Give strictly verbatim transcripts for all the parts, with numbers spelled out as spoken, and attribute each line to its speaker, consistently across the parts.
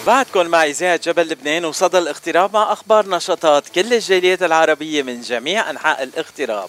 Speaker 1: بعدكم مع إذاعة جبل لبنان وصدى الاغتراب مع أخبار نشاطات كل الجاليات العربية من جميع أنحاء الاغتراب.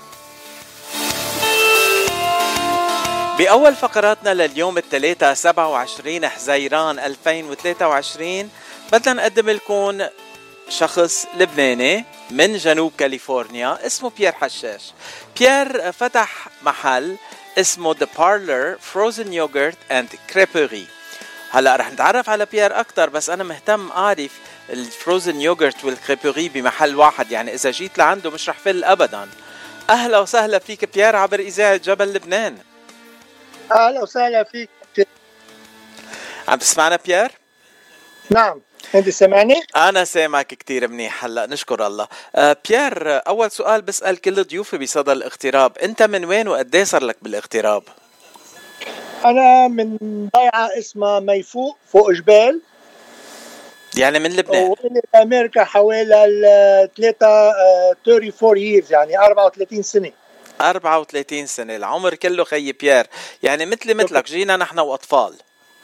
Speaker 1: بأول فقراتنا لليوم الثلاثاء سبعة وعشرين حزيران ألفين وثلاثة وعشرين بدنا نقدم لكم شخص لبناني من جنوب كاليفورنيا اسمه بيير حشاش. بيير فتح محل اسمه The Parlor Frozen Yogurt and Creperie. هلا رح نتعرف على بيير أكتر، بس أنا مهتم أعرف الفروزن يوغرت والكريبوري بمحل واحد، يعني إذا جيت لعنده مش رح فل أبدا. أهلا وسهلا فيك بيير عبر إذاعة جبل لبنان.
Speaker 2: أهلا وسهلا فيك.
Speaker 1: عم تسمعنا بيير؟
Speaker 2: نعم، أنت سمعني؟
Speaker 1: أنا سامعك كتير منيح. هلا نشكر الله. آه بيير، أول سؤال بسأل كل ضيوفي بصدى الاغتراب، أنت من وين وقديه صار لك بالاغتراب؟
Speaker 2: أنا من ضيعة اسمها ميفوق فوق جبال،
Speaker 1: يعني من لبنان.
Speaker 2: وإلي أمريكا حوالي ثلاثة أربعة وثلاثين years، يعني أربعة وثلاثين سنة.
Speaker 1: أربعة وثلاثين سنة، العمر كله خي بيير، يعني مثلي مثلك جينا نحن وأطفال.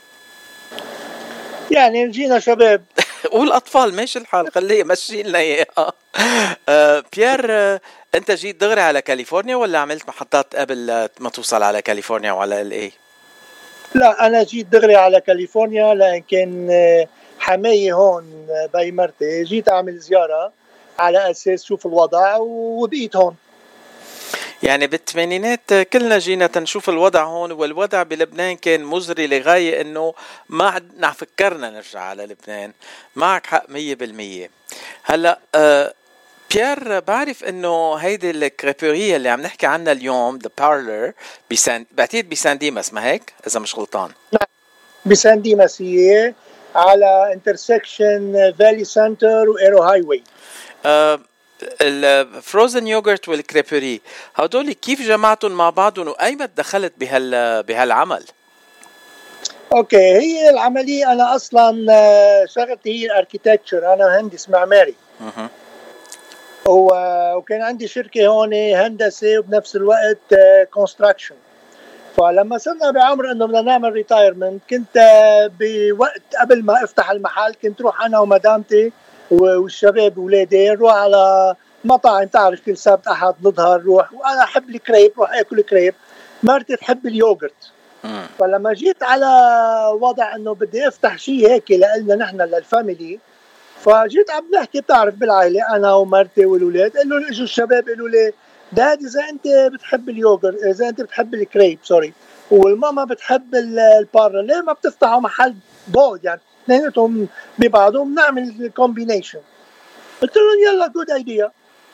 Speaker 2: يعني جينا شباب.
Speaker 1: قول أطفال ماشي الحال، خليه مشي لنا إياها. آه بيير، آه أنت جيت دغري على كاليفورنيا ولا عملت محطات قبل ما توصل على كاليفورنيا وعلى ال إيه؟
Speaker 2: لا، أنا جيت دغري على كاليفورنيا لأن كان حماية هون باي مرتي، جيت أعمل زيارة على أساس شوف الوضع وبقيت هون.
Speaker 1: يعني بالثمانينات كلنا جينا تنشوف الوضع هون، والوضع بلبنان كان مزري لغاية انه ما عدنا فكرنا نرجع على لبنان. معك حق مية بالمية. هلأ آه بيير، بعرف انه هيدي الكريبورية اللي عم نحكي عنها اليوم The Parlor بسان... بعتقد بسان ديماس، ما هيك اذا مش غلطان؟
Speaker 2: نعم، بسان ديماس، هي على انترسكشن فالي سنتر وايرو هاي واي.
Speaker 1: آه الفروزن يوغرت والكريبوري هدول كيف جمعتهم مع بعضهم وايمت دخلت بهال بهالعمل؟ اوكي،
Speaker 2: هي العمليه انا اصلا شغلتي هي الاركيتكتشر، انا مهندس معماري.
Speaker 1: اها.
Speaker 2: وكان عندي شركه هون هندسه وبنفس الوقت كونستراكشن. فلما صرنا بعمر انه بدنا نعمل ريتايرمنت، كنت بوقت قبل ما افتح المحل كنت روح انا ومدامتي والشباب ولادي نروح على مطاعم، تعرف كل سبت احد نظهر نروح، وانا احب الكريب روح اكل كريب، مرتي تحب اليوغرت. فلما جيت على وضع انه بدي افتح شيء هيك لنا نحن للفاميلي، فجيت عم نحكي بتعرف بالعائله انا ومرتي والولاد، قالوا لي اجوا الشباب قالوا لي داد اذا انت بتحب اليوغرت، اذا انت بتحب الكريب سوري، والماما بتحب البارا، ليه ما بتفتحوا محل بولد يعني اثنيناتهم ببعضهم نعمل كومبينيشن؟ قلت لهم يلا جود ايديا.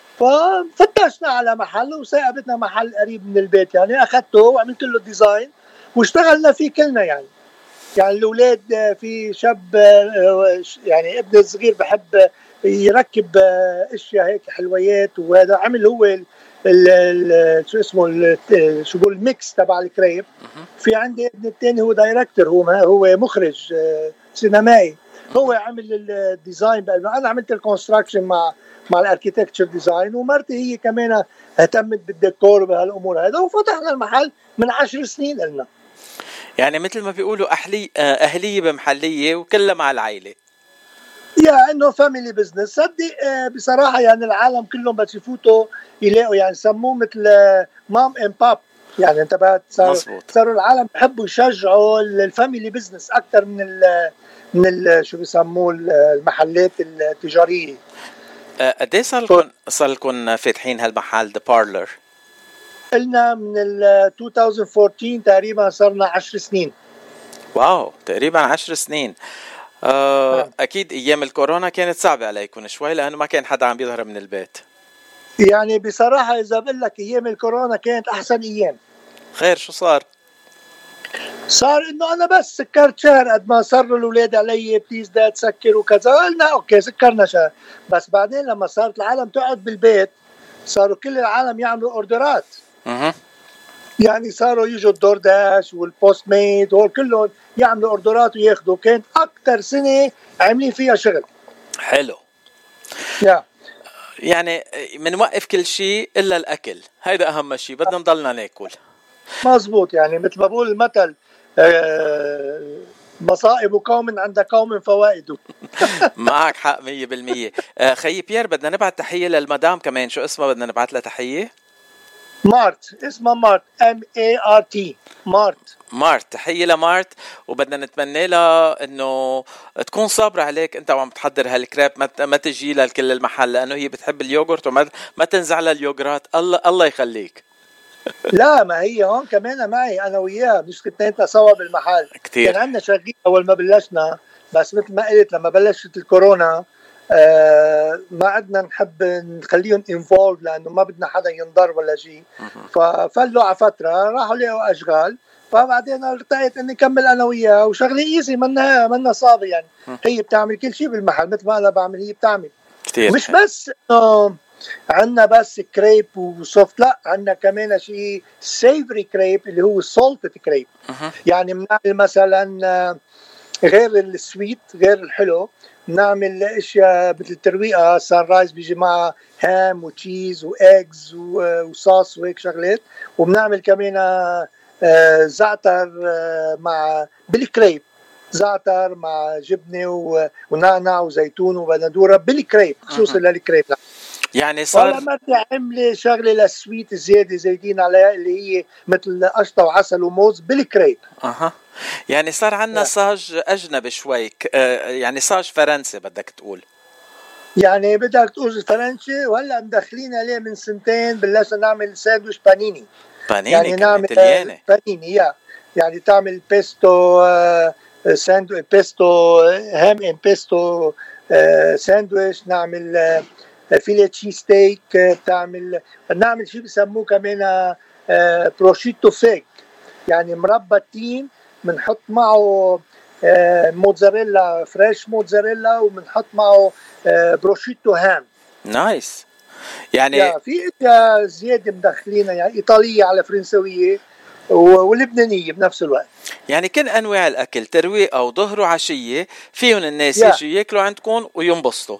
Speaker 2: ففتشنا على محل وساعدتنا محل قريب من البيت، يعني اخذته وعملت له ديزاين واشتغلنا فيه كلنا. يعني يعني الاولاد، في شاب يعني ابن الصغير بحب يركب اشياء هيك حلويات، وهذا عمل هو ال ال شو اسمه شو بقول الميكس تبع الكريب. في عندي ابن الثاني هو دايركتور، هو هو مخرج سينمائي، هو عمل الديزاين. انا عملت الكونستراكشن مع مع الاركيتكتشر ديزاين، ومرتي هي كمان اهتمت بالديكور وبهالامور هذا، وفتحنا المحل من عشر سنين لنا.
Speaker 1: يعني مثل ما بيقولوا أهلي أهلية بمحلية وكلها مع العائلة.
Speaker 2: يا انه فاميلي بزنس. صدق بصراحه يعني العالم كلهم بس يفوتوا يلاقوا، يعني سموه مثل مام اند باب، يعني انت صاروا صاروا العالم بحبوا يشجعوا الفاميلي بزنس اكثر من ال من ال شو بيسموه المحلات التجاريه.
Speaker 1: قد ايه صار لكم صار لكم فاتحين هالمحل The Parlor؟
Speaker 2: قلنا من ال ألفين وأربعطعش تقريبا صرنا عشر سنين.
Speaker 1: واو، تقريبا عشر سنين. أه أكيد أيام الكورونا كانت صعبة عليكم شوي لأنه ما كان حدا عم بيظهر من البيت.
Speaker 2: يعني بصراحة إذا بقول لك أيام الكورونا كانت أحسن أيام.
Speaker 1: خير شو صار؟
Speaker 2: صار إنه أنا بس سكرت شهر قد ما صاروا الأولاد علي بليز دا تسكر وكذا، قلنا أوكي سكرنا شهر. بس بعدين لما صارت العالم تقعد بالبيت صاروا كل العالم يعملوا أوردرات.
Speaker 1: أه.
Speaker 2: يعني صاروا يجوا الدور داش والبوست ميد هول كلهم يعملوا اوردرات وياخذوا. كانت اكثر سنه عاملين فيها شغل
Speaker 1: حلو.
Speaker 2: يا
Speaker 1: يعني منوقف كل شيء الا الاكل، هيدا اهم شيء، بدنا نضلنا ناكل.
Speaker 2: مزبوط. يعني مثل ما بقول المثل، آه مصائب قوم عند قوم فوائد.
Speaker 1: معك حق مية بالمية. خيي بيير بدنا نبعت تحية للمدام كمان، شو اسمها بدنا نبعت لها تحية؟
Speaker 2: مارت، اسمها مارت، ام اي ار تي، مارت.
Speaker 1: مارت، تحية لمارت، وبدنا نتمنى لها انه تكون صابرة عليك انت وعم تحضر هالكريب، ما تجي لها لكل المحل لانه هي بتحب اليوغورت وما ما تنزع لها اليوغرات. الله الله يخليك.
Speaker 2: لا ما هي هون كمان معي انا وياها، مش كنت سوا بالمحل
Speaker 1: كتير.
Speaker 2: كان عندنا شغيل اول ما بلشنا، بس مثل ما قلت لما بلشت الكورونا آه ما عدنا نحب نخليهم انفولد لانه ما بدنا حدا ينضر ولا شيء، ففلوا على فتره راحوا لقوا اشغال، فبعدين ارتقيت اني كمل انا وياها، وشغلي ايزي منها منها صعبه يعني. هي بتعمل كل شيء بالمحل مثل ما انا بعمل هي بتعمل
Speaker 1: كتير.
Speaker 2: مش بس انه عندنا بس كريب وسوفت، لا عندنا كمان شيء سيفري كريب اللي هو السولتد كريب. يعني بنعمل مثلا غير السويت غير الحلو بنعمل اشياء مثل الترويقه سان رايز بيجي معها هام وتشيز وايجز وصوص وهيك شغلات، وبنعمل كمان زعتر مع بالكريب، زعتر مع جبنه ونعناع وزيتون وبندوره بالكريب خصوصا للكريب.
Speaker 1: يعني صار
Speaker 2: ولا مرتي عملي شغله للسويت زياده زايدين عليها اللي هي مثل قشطه وعسل وموز بالكريب.
Speaker 1: اها يعني صار عندنا صاج اجنبي شوي، يعني صاج فرنسي بدك تقول.
Speaker 2: يعني بدك تقول فرنسي، وهلا مدخلين عليه من سنتين بلشنا نعمل ساندويش بانيني.
Speaker 1: بانيني
Speaker 2: يعني نعمل بانيني يا يعني تعمل بيستو ساندويش، بيستو هام ان بيستو ساندويش، نعمل فيليه تشيز ستيك، بتعمل نعمل شيء بسموه كمان بروشيتو فيك، يعني مربى تين بنحط معه موتزاريلا فريش موتزاريلا وبنحط معه بروشيتو هام.
Speaker 1: نايس. يعني
Speaker 2: يا في اشياء زياده مدخلينها يعني ايطاليه على فرنسويه ولبنانيه بنفس الوقت.
Speaker 1: يعني كل انواع الاكل ترويقه وظهر وعشيه فيهم الناس يجوا ياكلوا عندكم وينبسطوا.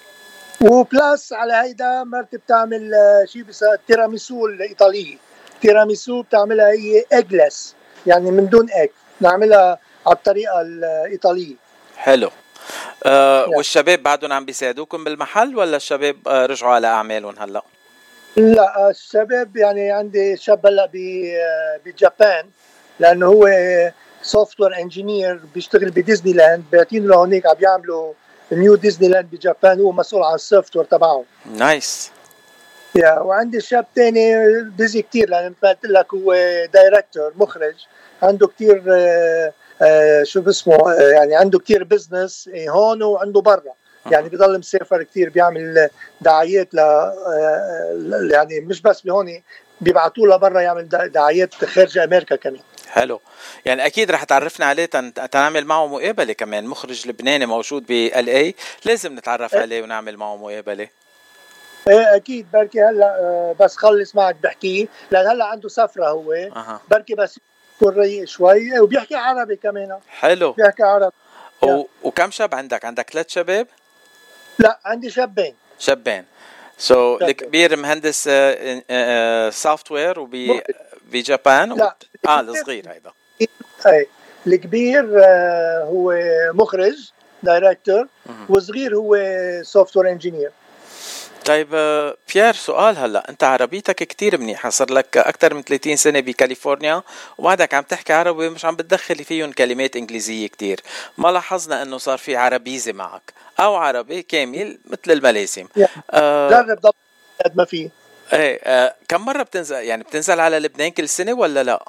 Speaker 2: وبلاس على هيدا مرتي بتعمل شيء بس تيراميسو الايطاليه. تيراميسو بتعملها هي اجلس يعني من دون اج، نعملها على الطريقه الايطاليه.
Speaker 1: حلو. آه والشباب بعدهم عم بيساعدوكم بالمحل ولا الشباب آه رجعوا على اعمالهم هلا؟
Speaker 2: لا الشباب يعني عندي شاب هلا بجابان لانه هو سوفت وير انجينير بيشتغل بديزني لاند، بيعطينه لهونيك عم بيعملوا نيو ديزني لاند بجابان، هو مسؤول عن السوفت وير تبعهم.
Speaker 1: نايس.
Speaker 2: يا وعندي شاب تاني بيزي كتير لان مثل ما قلت لك هو دايركتور مخرج، عنده كتير آه آه شو بسمه آه يعني عنده كتير بزنس هون وعنده برا، يعني بيضل مسافر كتير بيعمل دعايات ل آه يعني مش بس بهون بيبعتوه لبرا يعمل دعايات خارج امريكا كمان.
Speaker 1: حلو. يعني اكيد رح تعرفنا عليه تنعمل معه مقابله كمان، مخرج لبناني موجود بال اي لازم نتعرف أه. عليه ونعمل معه مقابله.
Speaker 2: ايه اكيد بركي هلا بس خلص معك بحكيه لان هلا عنده سفره هو. أه. بركي بس يكون ريق شوي وبيحكي عربي كمان.
Speaker 1: حلو.
Speaker 2: بيحكي عربي.
Speaker 1: و... وكم شاب عندك؟ عندك ثلاث شباب؟
Speaker 2: لا عندي شابين.
Speaker 1: شابين. سو so, الكبير مهندس سوفت وير وبي بجابان.
Speaker 2: لا
Speaker 1: و... اه الصغير هيدا.
Speaker 2: اي الكبير هو مخرج دايركتور والصغير هو سوفت وير انجينير.
Speaker 1: طيب بيير سؤال، هلا انت عربيتك كتير منيحه، صار لك اكثر من ثلاثين سنه بكاليفورنيا وبعدك عم تحكي عربي ومش عم بتدخل فيهم كلمات انجليزيه كتير، ما لاحظنا انه صار في عربيزه معك او عربي كامل مثل الملازم؟
Speaker 2: آه جرب ضبط قد ما فيه.
Speaker 1: ايه آه كم مره بتنزل يعني بتنزل على لبنان كل سنه ولا لا؟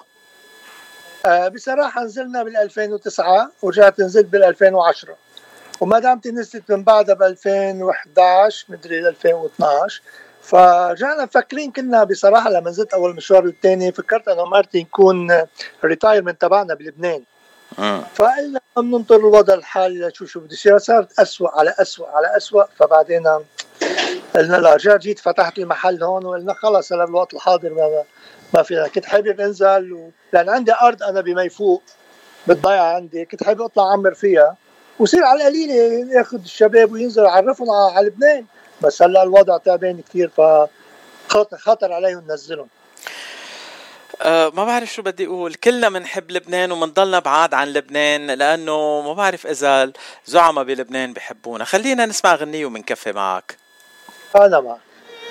Speaker 2: آه بصراحه نزلنا بال ألفين وتسعة ورجعت نزلت بال ألفين وعشرة، وما دامتي نزلت من بعدها ب ألفين وإحدى عشر مدري ألفين واثناشر، فرجعنا مفكرين كنا بصراحه لما نزلت اول مشوار الثاني فكرت انا ومرتي نكون ريتايرمنت تبعنا بلبنان.
Speaker 1: امم
Speaker 2: فقلنا بننطر الوضع الحالي لشو شو بدي يصير، صارت اسوء على اسوء على اسوء، فبعدين قلنا لا رجعت جيت فتحت المحل هون وقلنا خلص هلا بالوقت الحاضر ما ما فينا. كنت حابب انزل و... لان عندي ارض انا بميفوق بالضيعه عندي، كنت حابب اطلع عمر فيها وصير على القليله ياخذ الشباب وينزل يعرفهم على لبنان، بس هلا الوضع تعبان كثير فخطر خطر عليهم ننزلهم.
Speaker 1: أه ما بعرف شو بدي اقول، كلنا منحب لبنان ومنضلنا بعاد عن لبنان لانه ما بعرف اذا الزعماء بلبنان بحبونا. خلينا نسمع غنية ومنكفي معك.
Speaker 2: انا معك.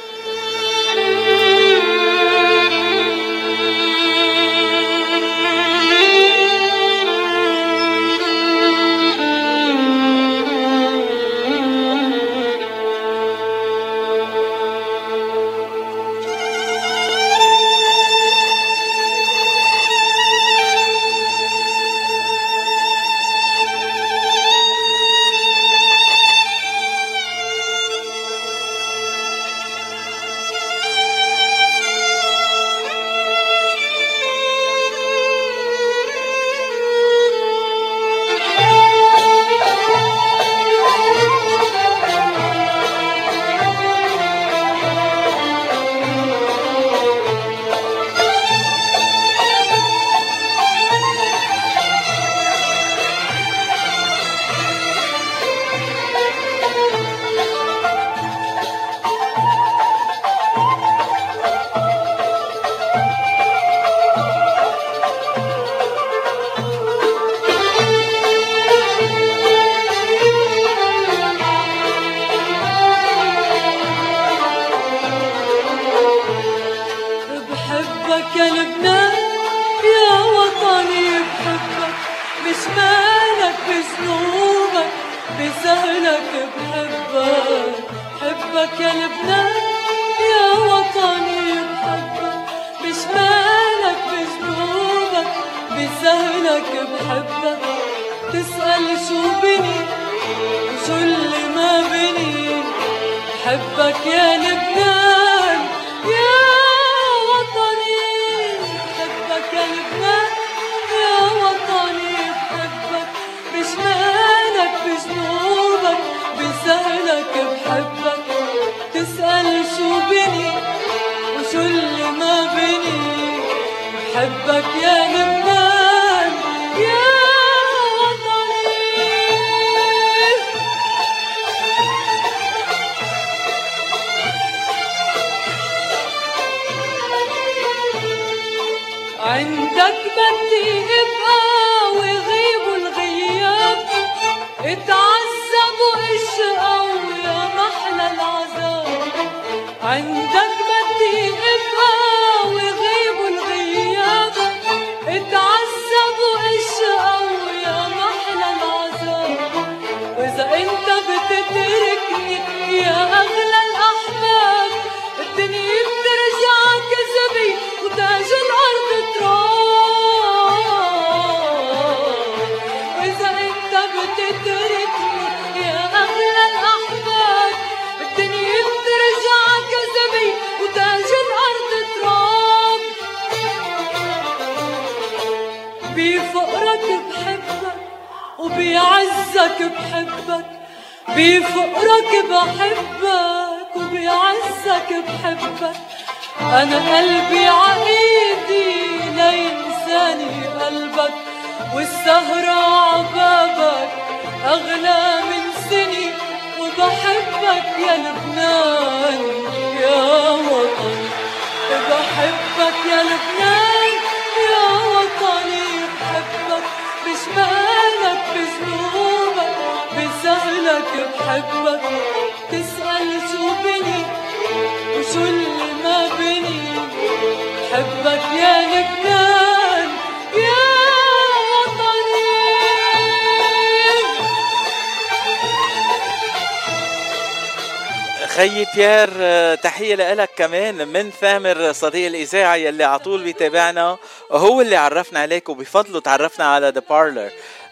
Speaker 1: خيي بيير، تحية لك كمان من ثامر صديق الإذاعة يلي عطول بيتابعنا، هو اللي عرفنا عليك وبفضله تعرفنا على The Parlor.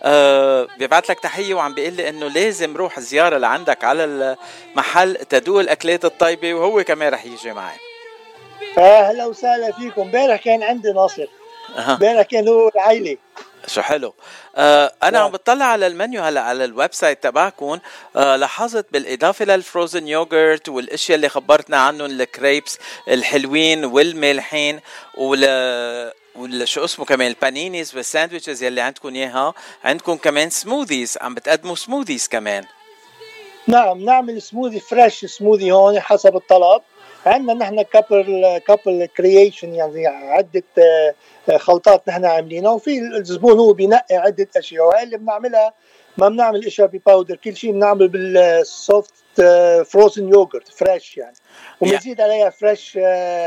Speaker 1: أه بيبعت لك تحية وعم بيقول لي انه لازم روح زيارة لعندك على المحل تدوق الأكلات الطيبة، وهو كمان رح يجي معي.
Speaker 2: اهلا وسهلا فيكم. امبارح كان عندي ناصر، امبارح كان هو العائلة.
Speaker 1: شو حلو. آه انا عم بطلع على المنيو هلا على الويب سايت تبعكم، آه لاحظت بالاضافه للفروزن يوغرت والاشياء اللي خبرتنا عنهم، الكريبس الحلوين والمالحين ولا ولا شو اسمه كمان البانينيز والساندويتشز يلي عندكم اياها، عندكم كمان سموذيز، عم بتقدموا سموذيز كمان.
Speaker 2: نعم، نعمل سموذي فريش سموذي هون حسب الطلب، عندنا نحن كابل كابل كرييشن، يعني عده خلطات نحن عاملينها، وفي الزبون هو بينقي عده اشياء، وهي اللي بنعملها. ما بنعمل اشياء بباودر، كل شيء بنعمل بالسوفت فروزن يوغرت فريش يعني، وبنزيد عليها فريش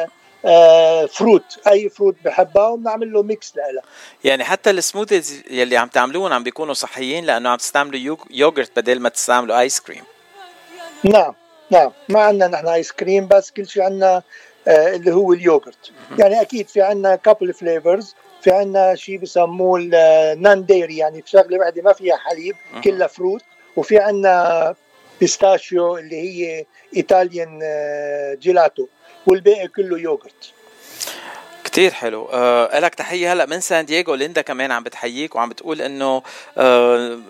Speaker 2: آه فروت، اي فروت بحبها، وبنعمل له ميكس لها.
Speaker 1: يعني حتى السموذيز يلي عم تعملوهم عم بيكونوا صحيين، لانه عم تستعملوا يوغرت بدل ما تستعملوا ايس كريم.
Speaker 2: نعم نعم، ما عندنا نحن ايس كريم، بس كل شيء عندنا آه اللي هو اليوغرت. يعني اكيد في عندنا كابل فليفرز، في عندنا شيء بسموه النان ديري، يعني في شغله واحده ما فيها حليب كلها فروت، وفي عندنا بيستاشيو اللي هي ايطاليان آه جيلاتو، والباقي كله يوغرت.
Speaker 1: كتير حلو. أه لك تحية هلأ من سان دييغو. ليندا كمان عم بتحييك وعم بتقول انه أه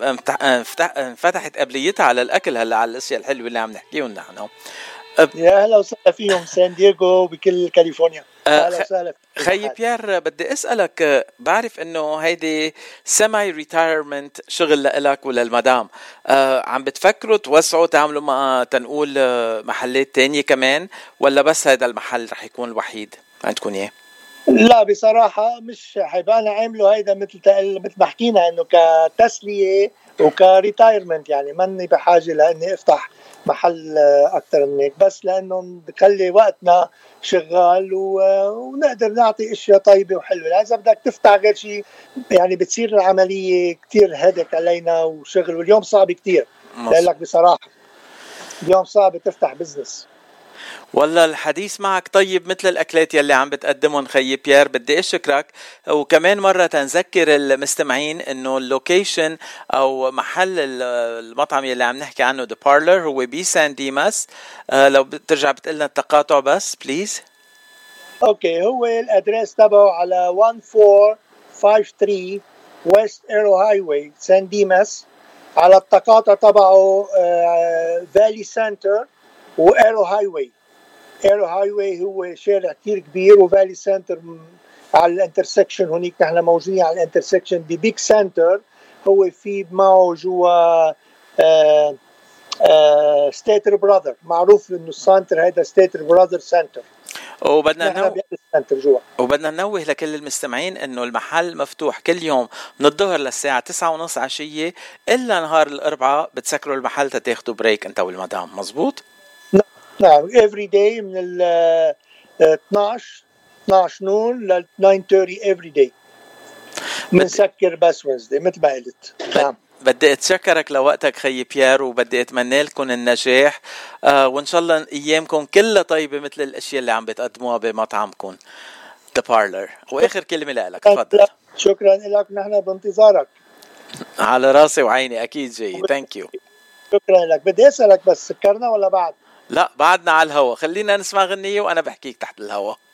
Speaker 1: انفتحت قبليتها على الاكل هلا، على الاشياء الحلوة اللي عم نحكيهم نحن.
Speaker 2: أه يا هلا وسهلا فيهم سان دييغو بكل كاليفورنيا.
Speaker 1: أه اهلا وسهلا. خي بيير بدي اسالك، بعرف انه هيدي سيمي ريتايرمنت شغل لك وللمدام، أه عم بتفكروا توسعوا تعملوا ما تنقول محلات تانية كمان، ولا بس هذا المحل رح يكون الوحيد عندكم اياه؟
Speaker 2: لا بصراحة مش حيبقى أنا عامله هيدا مثل مثل ما حكينا إنه كتسلية وكريتايرمنت، يعني ماني بحاجة لإني أفتح محل أكتر من هيك، بس لأنه بخلي وقتنا شغال ونقدر نعطي أشياء طيبة وحلوة. إذا بدك تفتح غير شيء يعني بتصير العملية كتير هدك علينا وشغل، واليوم صعب كتير لك بصراحة، اليوم صعب تفتح بزنس.
Speaker 1: والله الحديث معك طيب مثل الأكلات يلي عم بتقدمهم خي بيير. بدي أشكرك، وكمان مرة تنذكر المستمعين إنه اللوكيشن أو محل المطعم يلي عم نحكي عنه The Parlor هو بي سان ديماس. آه لو بترجع بتقلنا التقاطع بس بليز.
Speaker 2: أوكي، هو الأدريس تبعه على أربعة أربعة خمسة ثلاثة ويست ايرو هايواي سان ديماس، على التقاطع تبعه فالي سنتر وايرو هايواي. ايرو هايواي هو شارع كتير كبير، وفالي سنتر على الانترسكشن. هونيك نحن موجودين على الانترسكشن ببيك سنتر، هو في معه جوا ستيتر براذر، معروف انه السنتر هيدا ستيتر براذر سنتر.
Speaker 1: وبدنا ننوه وبدنا ننوه لكل المستمعين انه المحل مفتوح كل يوم من الظهر للساعة تسعة ونص عشية، الا نهار الاربعاء بتسكروا المحل تتاخدوا بريك انت والمدام. مزبوط؟
Speaker 2: نعم، every day من ال اثناشر اثناشر نون لل تسعة ثلاثين every day بنسكر بس وينزداي مثل ما قلت. نعم،
Speaker 1: بدي اتشكرك لوقتك خي بيير، وبدي اتمنى لكم النجاح، آه وان شاء الله ايامكم كلها طيبة مثل الاشياء اللي عم بتقدموها بمطعمكم The Parlor. واخر كلمة لك، تفضل.
Speaker 2: شكرا لك، نحن بانتظارك.
Speaker 1: على راسي وعيني، اكيد جاي. ثانك يو.
Speaker 2: شكرا لك. بدي اسالك بس، سكرنا ولا بعد؟
Speaker 1: لا بعدنا على الهوا، خلينا نسمع غنية وانا بحكيك تحت الهوا.